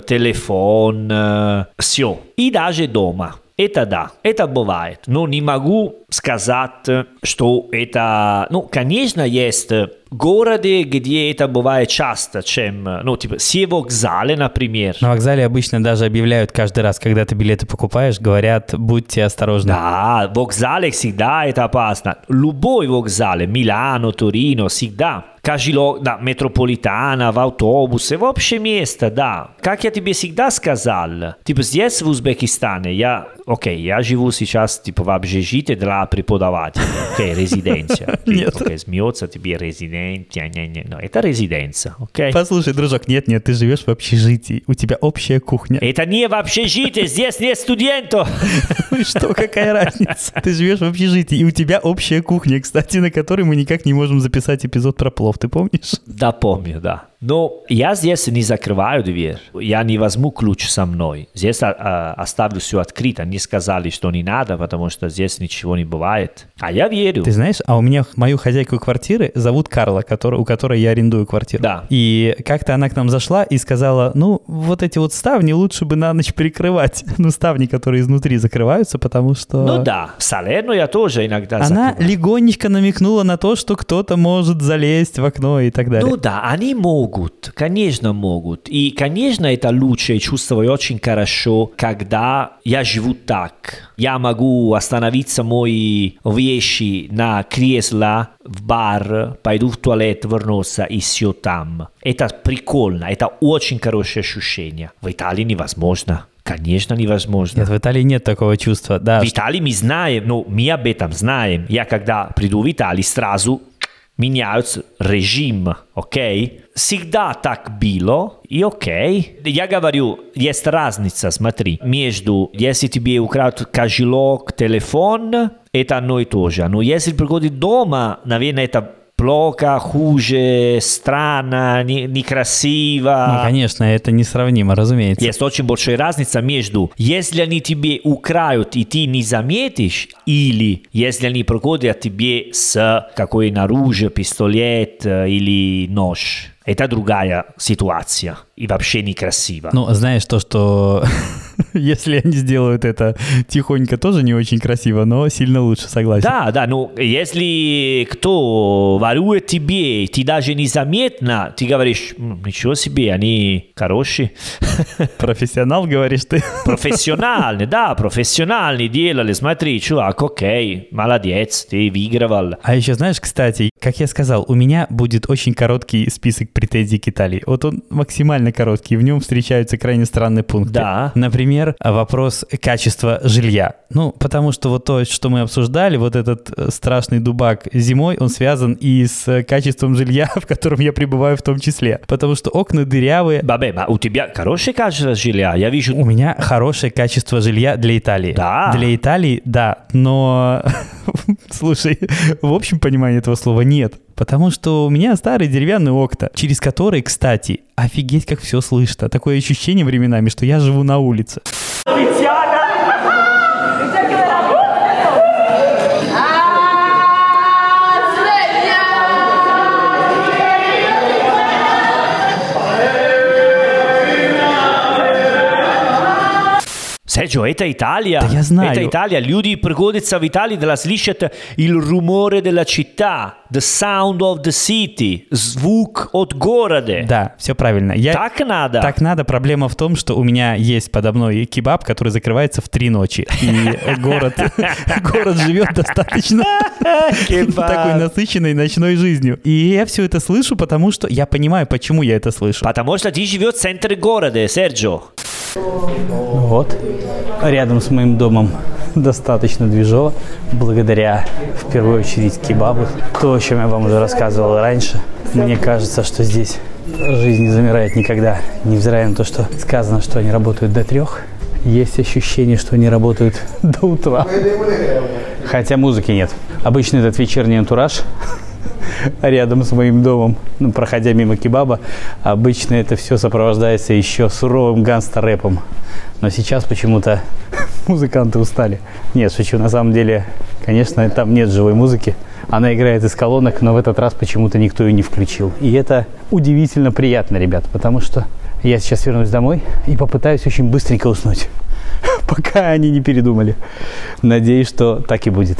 телефон, все. И даже дома. Это да, это бывает. Но не могу сказать, что это... конечно, есть города, где это бывает часто, чем... все вокзалы, например.
На вокзале обычно даже объявляют каждый раз, когда ты билеты покупаешь, говорят, будьте осторожны.
Да, вокзалы всегда это опасно. Любой вокзал, Милано, Торино, всегда. Кажилок, да, метрополитана, в автобусе, в общее место, да. Как я тебе всегда сказал, типа здесь, в Узбекистане, я живу сейчас, типа, в общежитии для преподавателей, резиденция.
Нет.
Смеется тебе резиденция, но это резиденция,
Послушай, дружок, нет, ты живешь в общежитии, у тебя общая кухня.
Это не в общежитии, здесь нет студентов.
Ну и что, какая разница? Ты живешь в общежитии, и у тебя общая кухня, кстати, на которой мы никак не можем записать эпизод про плов, ты помнишь?
Да, помню, да. Но я здесь не закрываю дверь, я не возьму ключ со мной. Здесь оставлю все открыто. Они сказали, что не надо, потому что здесь ничего не бывает. А я верю.
Ты знаешь, а у меня мою хозяйку квартиры зовут Карла, у которой я арендую квартиру.
Да.
И как-то она к нам зашла и сказала, вот эти вот ставни лучше бы на ночь прикрывать. Ставни, которые изнутри закрываются, потому что...
Ну да, в Салерно я тоже иногда закрываю.
Она легонечко намекнула на то, что кто-то может залезть в окно и так далее.
Ну да, они могут, конечно могут. И, конечно, это лучше, и чувствую очень хорошо, когда я живу так. Я могу остановиться мои вещи на кресло в бар, пойду в туалет, вернуться и все там. Это прикольно, это очень хорошее ощущение. В Италии невозможно. Конечно, невозможно.
Нет, в Италии нет такого чувства. Да,
в Италии мы знаем, мы об этом знаем. Я когда приду в Италию, сразу меняется режим, Всегда так было, и Я говорю, есть разница, смотри, между, если тебе украдут кошелек, телефон, это одно и то же. Но если приходит дома, наверное, это плохо, хуже, странно, некрасиво.
Конечно, это несравнимо, разумеется.
Есть очень большая разница между, если они тебе украют, и ты не заметишь, или если они приходят тебе с какой-нибудь оружием, пистолет или нож. Это другая ситуация. И вообще некрасиво.
Знаешь, что если они сделают это тихонько, тоже не очень красиво, но сильно лучше, согласен.
Да, если кто ворует тебе, ты даже незаметно, ты говоришь, ничего себе, они хорошие.
Профессионал, говоришь ты?
Профессиональные делали, смотри, чувак, молодец, ты выигрывал.
А еще знаешь, кстати, как я сказал, у меня будет очень короткий список претензий к Италии. Вот он максимально короткий, в нем встречаются крайне странные пункты.
Да.
Например, вопрос качества жилья. Потому что вот то, что мы обсуждали, вот этот страшный дубак зимой, он связан и с качеством жилья, в котором я пребываю в том числе. Потому что окна дырявые.
У тебя хорошее качество жилья? Я вижу...
У меня хорошее качество жилья для Италии.
Да.
Для Италии, да. Но, слушай, в общем понимании этого слова нет. Потому что у меня старые деревянные окна, через которые, кстати, офигеть, как все слышно. Такое ощущение временами, что я живу на улице.
Sergio, это Italia.
Да я знаю.
Это Italia. Люди приходят в Италию, да слышат il rumore della città, the sound of the city, звук от города.
Да, все правильно.
Так надо.
Так надо. Проблема в том, что у меня есть подо мной кебаб, который закрывается в 3 ночи. И город живет достаточно такой насыщенной ночной жизнью. И я все это слышу, потому что я понимаю, почему я это слышу.
Потому что ты живешь в центре города, Серджио.
Вот, рядом с моим домом достаточно движово, благодаря, в первую очередь, кебабу. То, о чем я вам уже рассказывал раньше. Мне кажется, что здесь жизнь не замирает никогда, невзирая на то, что сказано, что они работают до 3. Есть ощущение, что они работают до утра. Хотя музыки нет. Обычно этот вечерний антураж рядом с моим домом, проходя мимо кебаба, обычно это все сопровождается еще суровым гангстер-рэпом. Но сейчас почему-то музыканты устали. Нет, шучу, на самом деле, конечно, там нет живой музыки. Она играет из колонок, но в этот раз почему-то никто ее не включил. И это удивительно приятно, ребят, потому что я сейчас вернусь домой и попытаюсь очень быстренько уснуть, пока они не передумали. Надеюсь, что так и будет.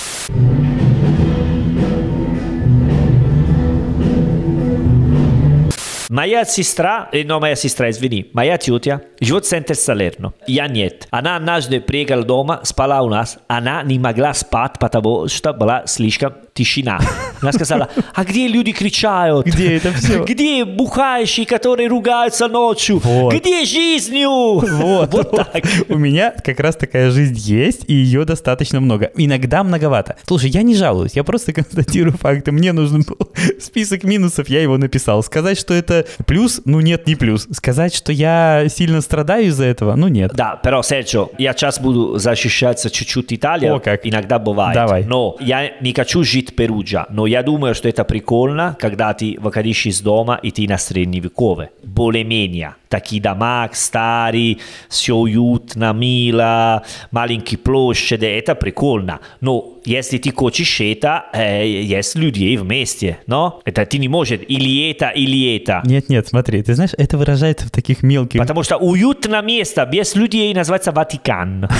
Моя сестра моя тетя живет в центре Салерно. Я нет. Она однажды приехала дома, спала у нас. Она не могла спать, потому что была слишком тишина. Она сказала, а где люди кричают?
Где это все?
Где бухающие, которые ругаются ночью?
Вот.
Где жизнью?
Вот так. У меня как раз такая жизнь есть, и ее достаточно много. Иногда многовато. Слушай, я не жалуюсь, я просто констатирую факты. Мне нужен был список минусов, я его написал. Сказать, что это плюс, ну нет, не плюс. Сказать, что я сильно страдаю из-за этого, ну нет.
Да, pero, Серджио, я сейчас буду защищаться чуть-чуть Италию.
О, как.
Иногда бывает.
Давай.
Но я не хочу жить в Перуджа, но я думаю, что это прикольно, когда ты выходишь из дома и ты на Средневековье. Более-менее. Такие дома старые, все уютно, мило, маленькие площади, это прикольно. Но если ты хочешь это, есть людей вместе, но это ты не можешь или это, или это.
Нет, смотри, ты знаешь, это выражается в таких мелких...
Потому что уютное место без людей называется Ватикан.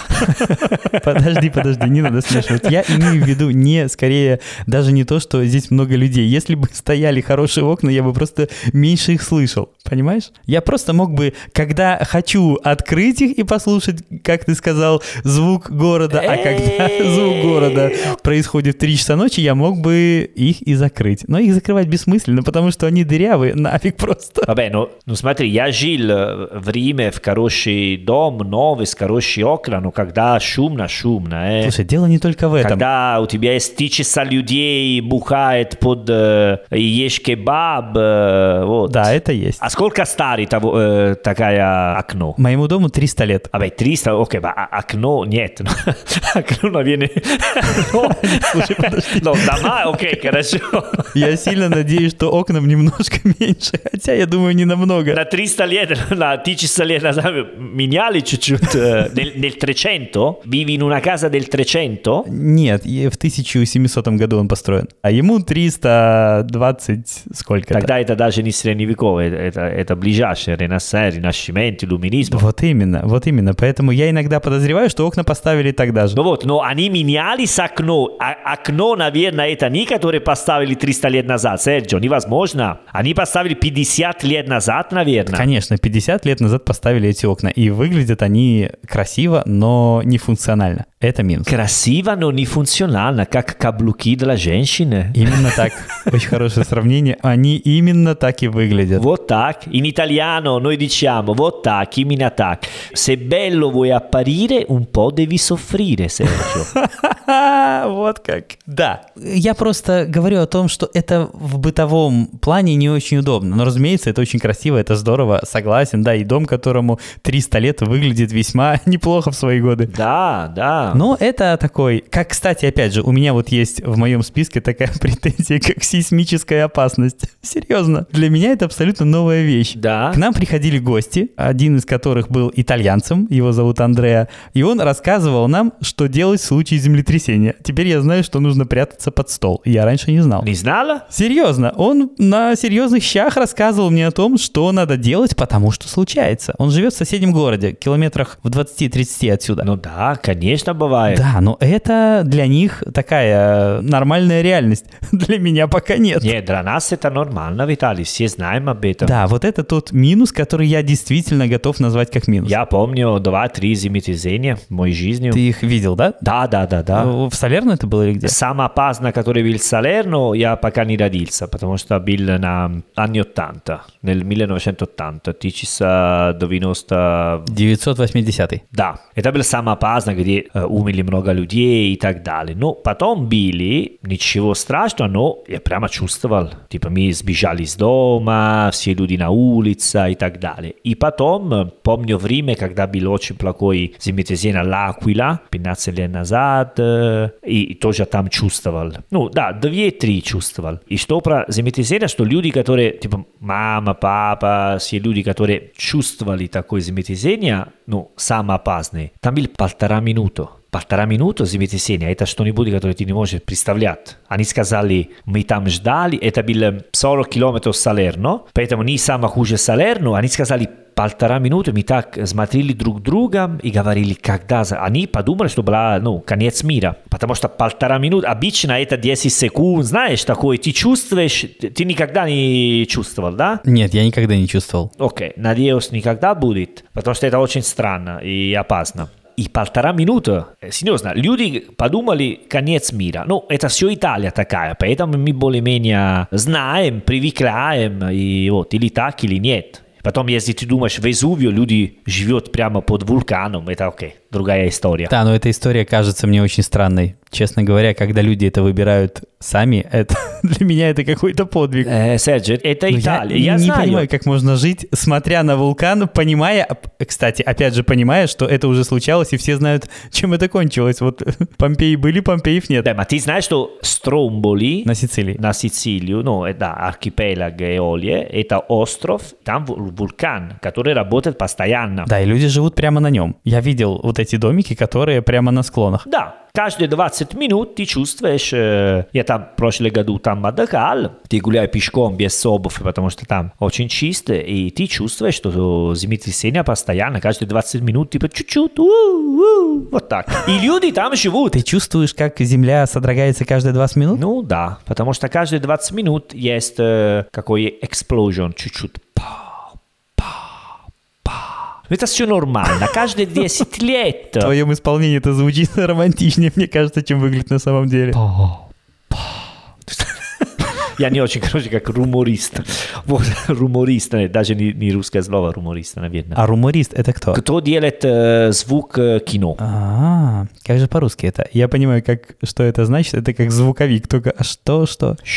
Подожди, не надо смешивать. Я имею в виду не, скорее, даже не то, что здесь много людей. Если бы стояли хорошие окна, я бы просто меньше их слышал. Понимаешь? Я просто мог бы, когда хочу открыть их и послушать, как ты сказал, звук города, а когда звук города происходит в 3 часа ночи, я мог бы их и закрыть. Но их закрывать бессмысленно, потому что они дырявые, нафиг просто.
Vabbè, ну смотри, я жил в Риме в хороший дом, новый, с хорошими окнами, но когда шумно.
Слушай, дело не только в этом.
Когда у тебя есть 3 часа людей, бухает под ешь кебаб, вот.
Да, это есть.
А сколько старый такое окно?
Моему дому 300 лет.
Vabbè, 300, окей, окно нет. Окно, наверное...
Слушай, подожди.
Ну, дома, окей, хорошо.
Я сильно надеюсь, что окнам немножко меньше, хотя я думаю, не намного.
На 300 лет, на 1000 лет назад меняли чуть-чуть. Nel 300? Vivi in una casa del 300?
Нет, в 1700 году он построен. А ему 320 сколько-то.
Тогда это даже не средневековье, это ближайшее, Ренассамент, Иллюминизм.
Вот именно. Поэтому я иногда подозреваю, что окна поставили тогда же.
Ну вот, но они меняли окно. Окно, наверное, это не которые поставили 300 лет назад, Серджио, невозможно. Они поставили 50 лет назад, наверное.
Конечно, 50 лет назад поставили эти окна, и выглядят они красиво, но не функционально. Это минус.
Красиво, но не функционально, как каблуки для женщины.
Именно так. Очень хорошее сравнение. Они именно так и выглядят.
Вот так. In italiano noi diciamo вот так, именно так. Se bello vuoi apparire, un po' devi soffrire, Sergio.
Вот как. Да. Я просто говорю о том, что это в бытовом плане не очень удобно. Но, разумеется, это очень красиво, это здорово, согласен. Да, и дом, которому 300 лет, выглядит весьма неплохо в свои годы.
Да.
Но это такой... Как, кстати, опять же, у меня вот есть в моем списке такая претензия, как сейсмическая опасность. Серьезно. Для меня это абсолютно новая вещь.
Да.
К нам приходили гости, один из которых был итальянцем, его зовут Андреа, и он рассказывал нам, что делать в случае землетрясения. Теперь я знаю, что нужно прятаться под стол. Я раньше не знал.
Не знала?
Серьезно. Он на серьезных щах рассказывал мне о том, что надо делать, потому что случается. Он живет в соседнем городе, километрах в 20-30 отсюда.
Ну да, конечно, бывает.
Да, но это для них такая нормальная реальность. Для меня пока нет.
Нет, для нас это нормально, Виталий, все знаем об этом.
Да, вот это тот минус, который я действительно готов назвать как минус.
Я помню 2-3 землетрясения в моей жизни.
Ты их видел, да?
Да.
В Салерно это было или где?
Самое опасное, который был в Салерно, я пока не родился, потому что был на anni 80, nel 1980, 1990...
980-й.
Да, это было самое опасное, где умерли много людей и так далее. Но потом были, ничего страшного, но я прямо чувствовал. Типа мы сбежали из дома, все люди на улице и так далее. И потом, помню время, когда был очень плохой землетрясение L'Aquila, 15 лет назад, и тоже там чувствовал. Ну да, 2-3 чувствовал. И что про землетрясение, что люди, которые, типа мама, папа, все люди, которые чувствовали такое землетрясение, ну, самое опасное, там был 1,5 минуты. 1,5 минуты землетрясения, это что-нибудь, которое ты не можешь представлять. Они сказали, мы там ждали, это было 40 километров Салерно, поэтому не самое хуже Салерно, они сказали, 1,5 минуты мы так смотрели друг друга и говорили, когда... Они подумали, что была, конец мира. Потому что 1,5 минуты, обычно это 10 секунд, знаешь, такое, ты чувствуешь, ты никогда не чувствовал, да?
Нет, я никогда не чувствовал.
Окей, надеюсь, никогда будет, потому что это очень странно и опасно. и 1,5 минуты. Серьезно, люди подумали, конец мира. Ну, это все Италия такая, поэтому мы более-менее знаем, привыкаем, и вот, или так, или нет. Потом, если ты думаешь, Везувио, люди живут прямо под вулканом, это окей, другая история.
Да, но эта история кажется мне очень странной. Честно говоря, когда люди это выбирают сами, это для меня это какой-то подвиг.
Серджи, это Италия, я
не
знаю.
понимаю, как можно жить, смотря на вулкан, понимая, кстати, опять же, понимая, что это уже случалось, и все знают, чем это кончилось. Вот Помпеи были, Помпеев нет.
Да, но ты знаешь, что Стромболи
На Сицилии.
на Сицилию, ну, да, архипелаг Эолия, это остров, там вулкан, который работает постоянно.
Да, и люди живут прямо на нем. Я видел вот эти домики, которые прямо на склонах.
Да, каждые 20 минут ты чувствуешь, я там в прошлом году там отдыхал, ты гуляешь пешком без обуви, потому что там очень чисто, и ты чувствуешь, что землетрясение постоянно, каждые 20 минут, типа чуть-чуть, вот так. И люди там живут.
Ты чувствуешь, как земля содрогается каждые 20 минут?
Ну да, потому что каждые 20 минут есть какой explosion, чуть-чуть. Это все нормально. Каждые 10 лет.
В твоем исполнении это звучит романтичнее, мне кажется, чем выглядит на самом деле.
Я не очень, короче, как руморист. Вот, руморист, даже не русское слово руморист, наверное.
А руморист — это кто?
Кто делает звук кино.
Как же по-русски это? Я понимаю, что это значит. Это как звуковик, только что?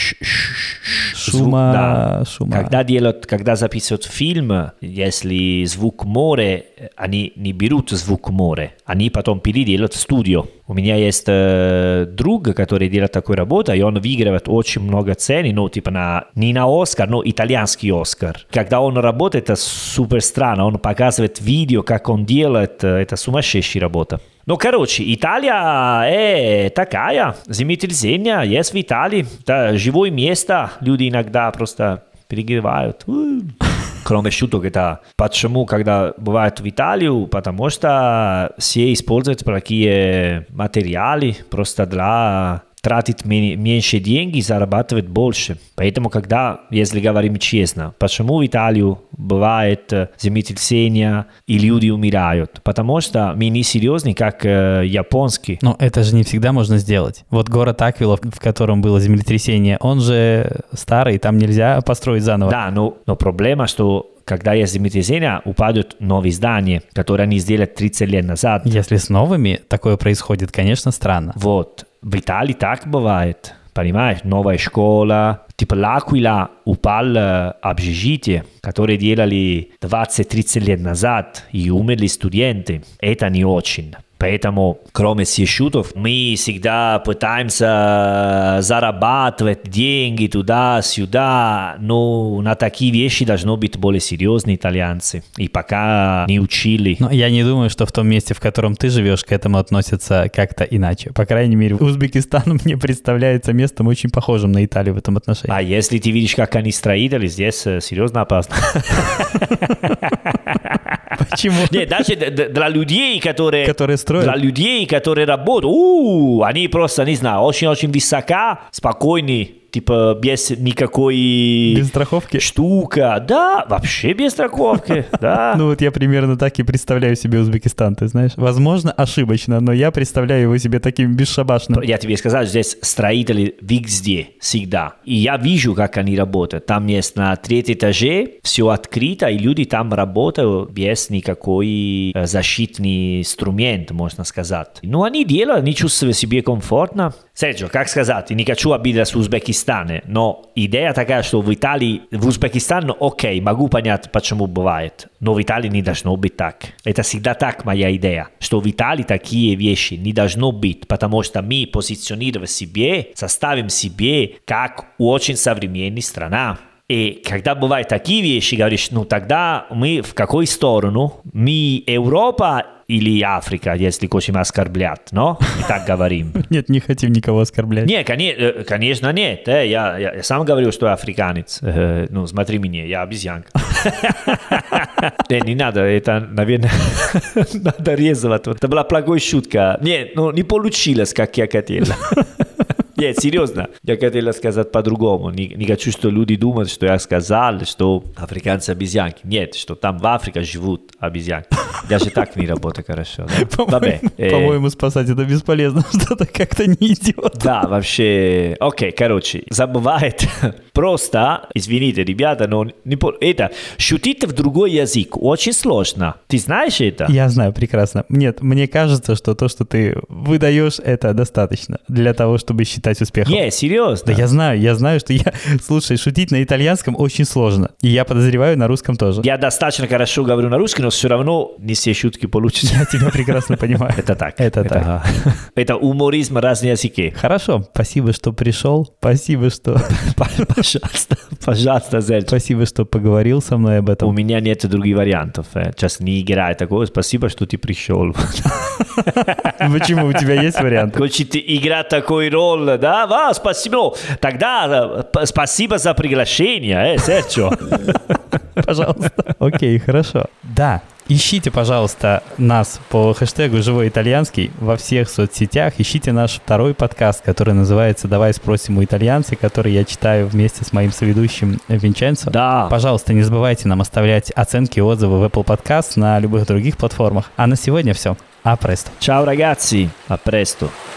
Шума.
Когда записывают фильм, если звук моря, они не берут звук моря, они потом переделают в студию. У меня есть друг, который делает такую работу, и он выигрывает очень много цен, ну, типа не на Оскар, но итальянский Оскар. Когда он работает, это супер странно, он показывает видео, как он делает, это сумасшедшая работа. Ну, короче, Италия такая, землетрясение есть в Италии, это живое место, люди иногда просто перегревают. Кроме шуток, это почему, когда бывает в Италию, потому что все используют такие материалы просто для тратить меньше денег и зарабатывать больше. Поэтому, если говорим честно, почему в Италию бывает землетрясение и люди умирают? Потому что мы не серьезны, как японские.
Но это же не всегда можно сделать. Вот город Аквила, в котором было землетрясение, он же старый, там нельзя построить заново.
Да, но проблема, что когда есть землетрясение, упадут новые здания, которые они сделали 30 лет назад.
Если с новыми такое происходит, конечно, странно.
Вот. В Италии так бывает. Понимаешь, новая школа. Типа L'Aquila упал общежитие, которое делали 20-30 лет назад, и умерли студенты. Это не очень. Поэтому, кроме всех шутов, мы всегда пытаемся зарабатывать деньги туда-сюда, но на такие вещи должны быть более серьезные итальянцы. И пока не учили.
Но я не думаю, что в том месте, в котором ты живешь, к этому относятся как-то иначе. По крайней мере, Узбекистан мне представляется местом очень похожим на Италию в этом отношении.
А если ты видишь, как они строители, здесь серьезно опасно.
Почему?
Нет, даже для людей, которые
строят.
Для людей, которые работают, они просто, не знаю, очень-очень высоко, спокойные, типа без никакой...
Без страховки?
Штука, да, вообще без страховки, да.
Ну вот я примерно так и представляю себе Узбекистан, ты знаешь. Возможно, ошибочно, но я представляю его себе таким бесшабашным.
Я тебе сказал, здесь строители везде, всегда. И я вижу, как они работают. Там есть на 3-м этаже все открыто, и люди там работают без никакой защитный инструмент, можно сказать. Ну, они делают, они чувствуют себя комфортно. Серджио, как сказать, не хочу обидеть Узбекистан, но идея такая, что в Италии, в Узбекистане, окей, могу понять, почему бывает, но в Италии не должно быть так. Это всегда так моя идея, что в Италии такие вещи не должно быть, потому что мы позиционируем себе, составим себе как очень современная страна. И когда бывают такие вещи, говоришь, ну тогда мы в какой сторону? Мы Европа или Африка, если хотим оскорблять, но мы так говорим.
Нет, не хотим никого оскорблять.
Нет, конечно нет. Я сам говорю, что я африканец. Ну, смотри меня, я обезьянка. Не надо, это, наверное, надо резать. Это была плохая шутка. Нет, ну не получилось, как я хотел. Нет, серьезно. Я хотел сказать по-другому. Не хочу, что люди думают, что я сказал, что африканцы обезьянки. Нет, что там в Африке живут обезьянки. Даже так не работает хорошо. Да?
По-моему, спасать это бесполезно, что-то как-то не идет.
Да, вообще. Окей, короче, забывает. Просто, извините, ребята, но это шутить в другой язык очень сложно. Ты знаешь это?
Я знаю прекрасно. Нет, мне кажется, что то, что ты выдаешь, это достаточно для того, чтобы считать успехом.
Не, серьезно.
Да я знаю, что слушай, шутить на итальянском очень сложно. И я подозреваю, на русском тоже.
Я достаточно хорошо говорю на русском, но все равно не все шутки получатся.
Я тебя прекрасно понимаю.
Это так.
Это так.
Это уморизм разные языки.
Хорошо, спасибо, что пришел. Спасибо, что...
Пожалуйста, Зельч.
Спасибо, что поговорил со мной об этом.
У меня нет других вариантов. Сейчас не играй такого. Спасибо, что ты пришел.
Почему? У тебя есть вариант?
Хочет играть такой роль, да? Спасибо. Тогда спасибо за приглашение, Серчо.
Пожалуйста. Окей, хорошо. Да. Ищите, пожалуйста, нас по хэштегу «Живой итальянский» во всех соцсетях. Ищите наш второй подкаст, который называется «Давай спросим у итальянца», который я читаю вместе с моим соведущим Винченцо.
Да.
Пожалуйста, не забывайте нам оставлять оценки и отзывы в Apple Podcast, на любых других платформах. А на сегодня все. А престо.
Ciao ragazzi, a presto.